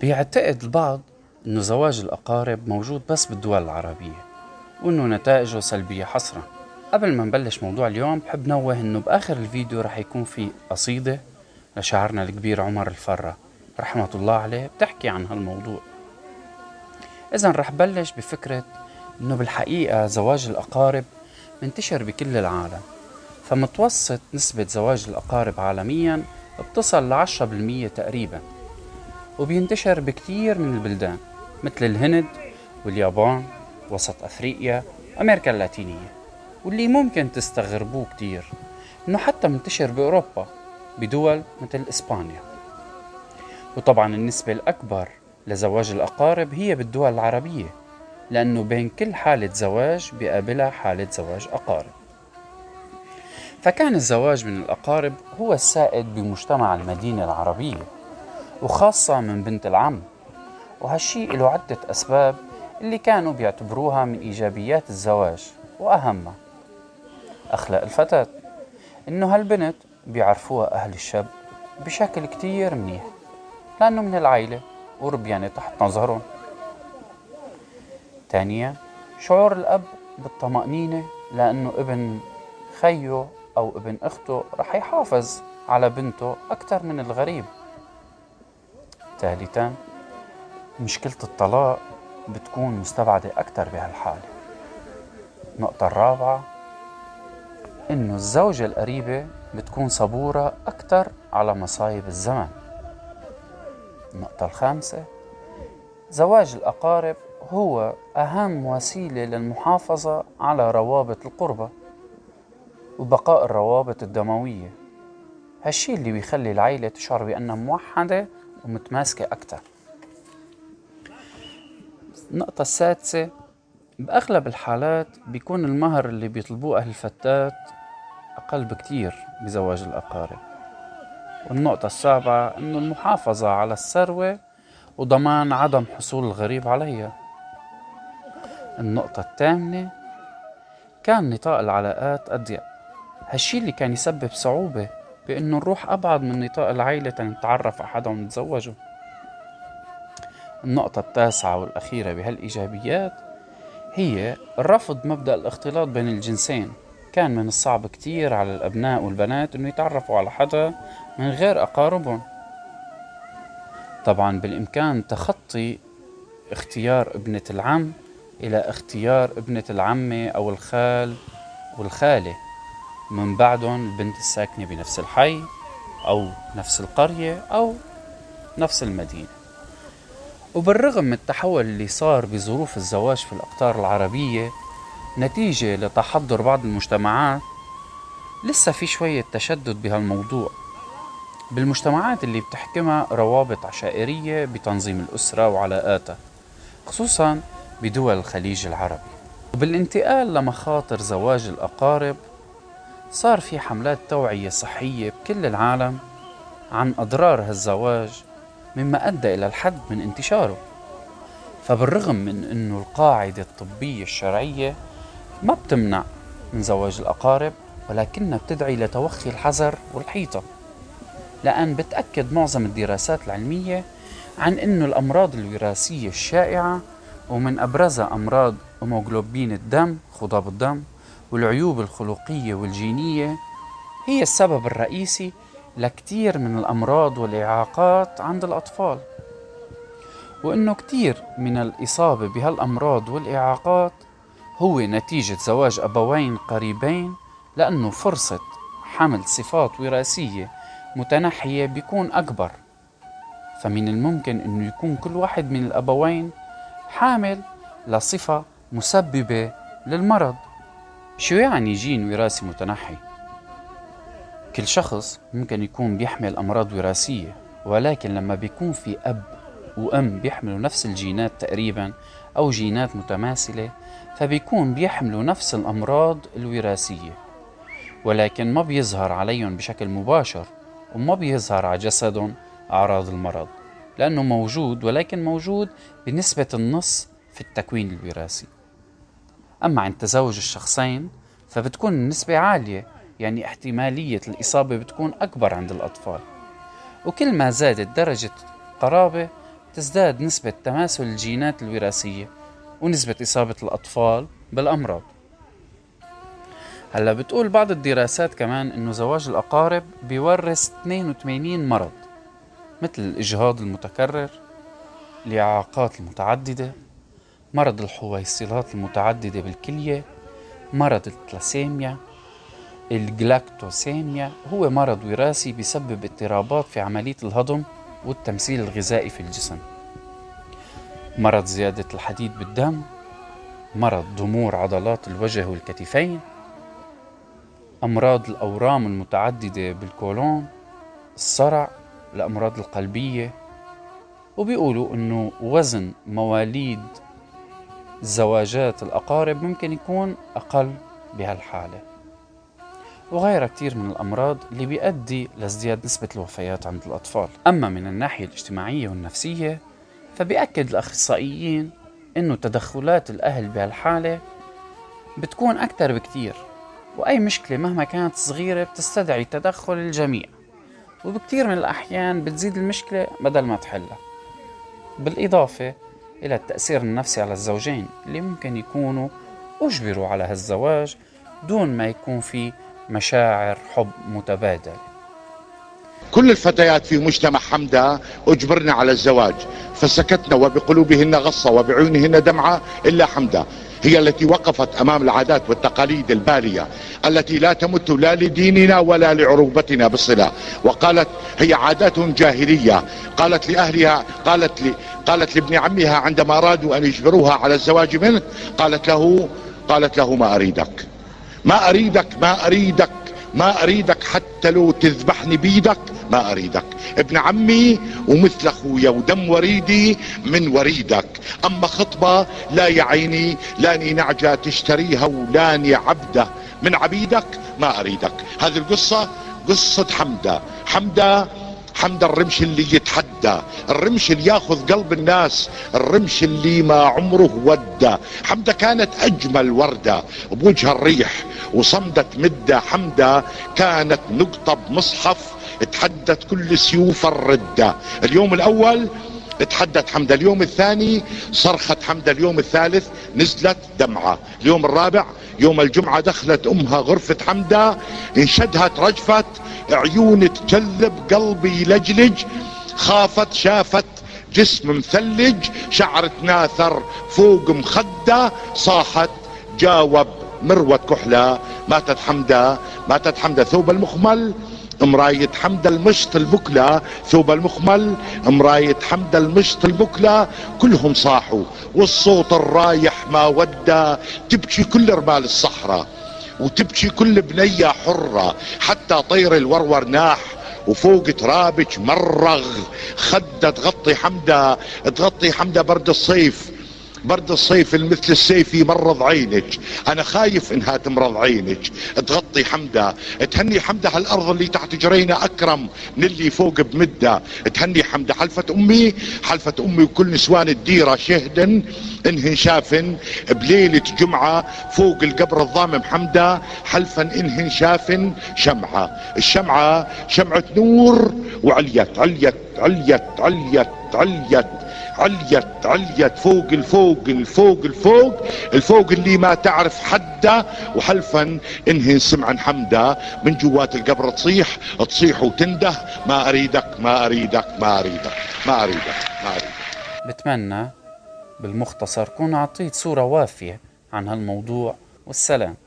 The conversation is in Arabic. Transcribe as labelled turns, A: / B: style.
A: بيعتقد البعض إنه زواج الأقارب موجود بس بالدول العربية وإنه نتائجه سلبية حصرا. قبل ما نبلش موضوع اليوم بحب نوه إنه بآخر الفيديو رح يكون في قصيدة لشاعرنا الكبير عمر الفرة رحمة الله عليه بتحكي عن هالموضوع. إذن رح بلش بفكرة إنه بالحقيقة زواج الأقارب منتشر بكل العالم، فمتوسط نسبة زواج الأقارب عالميا بتصل ل10% تقريبا، وبينتشر بكتير من البلدان مثل الهند واليابان، وسط أفريقيا، أمريكا اللاتينية. واللي ممكن تستغربوه كتير إنه حتى منتشر بأوروبا بدول مثل إسبانيا. وطبعا النسبة الأكبر لزواج الأقارب هي بالدول العربية، لأنه بين كل حالة زواج بيقابلها حالة زواج أقارب. فكان الزواج من الأقارب هو السائد بمجتمع المدينة العربية، وخاصة من بنت العم. وهالشيء له عدة أسباب اللي كانوا بيعتبروها من إيجابيات الزواج، وأهمها أخلاق الفتاة، إنه هالبنت بيعرفوها أهل الشاب بشكل كتير منيح لأنه من العائلة وربيانة تحت نظرهم. ثانيا، شعور الأب بالطمأنينة لأنه ابن خيه أو ابن أخته رح يحافظ على بنته أكثر من الغريب. ثالثا، مشكلة الطلاق بتكون مستبعدة أكثر بهالحالة. النقطة الرابعة، إنه الزوجة القريبة بتكون صبورة أكثر على مصايب الزمن. النقطة الخامسة، زواج الأقارب هو أهم وسيلة للمحافظة على روابط القربة وبقاء الروابط الدموية. هالشي اللي بيخلي العائلة تشعر بأنها موحدة ومتماسكة أكثر. النقطة السادسة، بأغلب الحالات بيكون المهر اللي بيطلبوه أهل الفتاة أقل بكتير بزواج الأقارب. والنقطة السابعة، إنه المحافظة على الثروة وضمان عدم حصول الغريب عليها. النقطة الثامنة، كان نطاق العلاقات أضيق، هالشي اللي كان يسبب صعوبة بأنه نروح أبعد من نطاق العائلة تنتعرف أحدا ونتزوجه. النقطة التاسعة والأخيرة بهالإيجابيات هي الرفض مبدأ الاختلاط بين الجنسين. كان من الصعب كتير على الأبناء والبنات أنه يتعرفوا على حدا من غير أقاربهم. طبعا بالإمكان تخطي اختيار ابنة العم إلى اختيار ابنة العمة أو الخال والخالة، من بعدهم البنت الساكنة بنفس الحي أو نفس القرية أو نفس المدينة. وبالرغم من التحول اللي صار بظروف الزواج في الأقطار العربية نتيجة لتحضر بعض المجتمعات، لسه في شوية تشدد بهالموضوع بالمجتمعات اللي بتحكمها روابط عشائرية بتنظيم الأسرة وعلاقاتها، خصوصا بدول الخليج العربي. وبالانتقال لمخاطر زواج الأقارب، صار في حملات توعية صحية بكل العالم عن أضرار هالزواج، مما أدى إلى الحد من انتشاره. فبالرغم من أنه القاعدة الطبية الشرعية ما بتمنع من زواج الأقارب، ولكنها بتدعي لتوخي الحذر والحيطة، لأن بتأكد معظم الدراسات العلمية عن أنه الأمراض الوراثية الشائعة، ومن أبرزها أمراض هيموغلوبين الدم خضاب الدم والعيوب الخلقية والجينية، هي السبب الرئيسي لكتير من الأمراض والإعاقات عند الأطفال. وإنه كتير من الإصابة بهالأمراض والإعاقات هو نتيجة زواج أبوين قريبين، لأنه فرصة حمل صفات وراثية متناحية بيكون أكبر، فمن الممكن أنه يكون كل واحد من الأبوين حامل لصفة مسببة للمرض. شو يعني جين وراثي متنحي؟ كل شخص ممكن يكون بيحمل أمراض وراثية، ولكن لما بيكون في أب وأم بيحملوا نفس الجينات تقريبا أو جينات متماثلة، فبيكون بيحملوا نفس الأمراض الوراثية، ولكن ما بيظهر عليهم بشكل مباشر وما بيظهر على جسدهم أعراض المرض، لأنه موجود، ولكن موجود بنسبة النص في التكوين الوراثي. أما عند تزوج الشخصين فبتكون النسبة عالية، يعني احتمالية الإصابة بتكون أكبر عند الأطفال. وكل ما زادت درجة قرابة تزداد نسبة تماثل الجينات الوراثية ونسبة إصابة الأطفال بالأمراض. هلا بتقول بعض الدراسات كمان إنه زواج الأقارب بيورث 82 مرض، مثل الإجهاض المتكرر، الإعاقات المتعددة، مرض الحويصلات المتعددة بالكلية، مرض التلاسيميا، الجلاكتوسيميا هو مرض وراثي بيسبب اضطرابات في عملية الهضم والتمثيل الغذائي في الجسم، مرض زيادة الحديد بالدم، مرض ضمور عضلات الوجه والكتفين، أمراض الأورام المتعددة بالكولون، الصرع، الأمراض القلبية. وبيقولوا إنه وزن مواليد زواجات الأقارب ممكن يكون أقل بهالحالة، وغيرها كتير من الأمراض اللي بيؤدي لازدياد نسبة الوفيات عند الأطفال. أما من الناحية الاجتماعية والنفسية فبيأكد الأخصائيين إنه تدخلات الأهل بهالحالة بتكون أكتر بكتير، وأي مشكلة مهما كانت صغيرة بتستدعي تدخل الجميع، وبكتير من الأحيان بتزيد المشكلة بدل ما تحلها، بالإضافة إلى التأثير النفسي على الزوجين اللي ممكن يكونوا أجبروا على هالزواج دون ما يكون في مشاعر حب متبادلة.
B: كل الفتيات في مجتمع حمدة أجبرن على الزواج فسكتن، وبقلوبهن غصة وبعيونهن دمعة إلا حمدة، هي التي وقفت أمام العادات والتقاليد البالية التي لا تمت لا لديننا ولا لعروبتنا بصلة، وقالت هي عادات جاهلية. قالت لأهلها، قالت لابن عمها عندما أرادوا أن يجبروها على الزواج منه، قالت له ما أريدك حتى لو تذبحني بيدك ما أريدك، ابن عمي ومثل أخويا ودم وريدي من وريدك، أما خطبة لا يا عيني، لاني نعجة تشتريها ولاني عبده من عبيدك ما أريدك. هذه القصة قصة حمدة الرمش اللي يتحدى، الرمش اللي ياخذ قلب الناس، الرمش اللي ما عمره ودى. حمدة كانت أجمل وردة بوجه الريح وصمدت مدة، حمدة كانت نقطة بمصحف اتحدت كل سيوف الردة. اليوم الأول اتحدت حمدة، اليوم الثاني صرخت حمدة، اليوم الثالث نزلت دمعة، اليوم الرابع يوم الجمعة دخلت أمها غرفة حمدة، انشدها ترجفت، عيون تجلب قلبي لجلج، خافت شافت جسم مثلج، شعر تناثر فوق مخدة، صاحت جاوب مروة كحلة، ماتت حمدة ثوب المخمل، مراية حمدة المشط البكلة، ثوب المخمل مراية حمدة المشط البكلة، كلهم صاحوا والصوت الرايح ما ودى، تبكي كل رمال الصحراء وتبكي كل بنية حرة، حتى طير الورور ناح وفوق ترابك مرغ، خدة تغطي حمدة برد الصيف المثل السيف يمرض عينك، انا خايف انها تمرض عينك، تغطي حمدة، تهني حمدة هالارض اللي تحت جرينا اكرم من اللي فوق بمدة، تهني حمدة حلفت امي وكل نسوان الديرة شهدا انهن شافن بليلة جمعة فوق القبر الضامم حمدة، حلفا انهن شافن الشمعة شمعة نور، وعليت عليت عليت عليت عليت عليت عليت فوق الفوق اللي ما تعرف حده، وحلفا انهن سمعا حمدة من جوات القبر تصيح وتنده، ما اريدك ما اريدك ما اريدك ما اريدك ما اريدك.
A: بتمنى بالمختصر كون اعطيت صورة وافية عن هالموضوع، والسلام.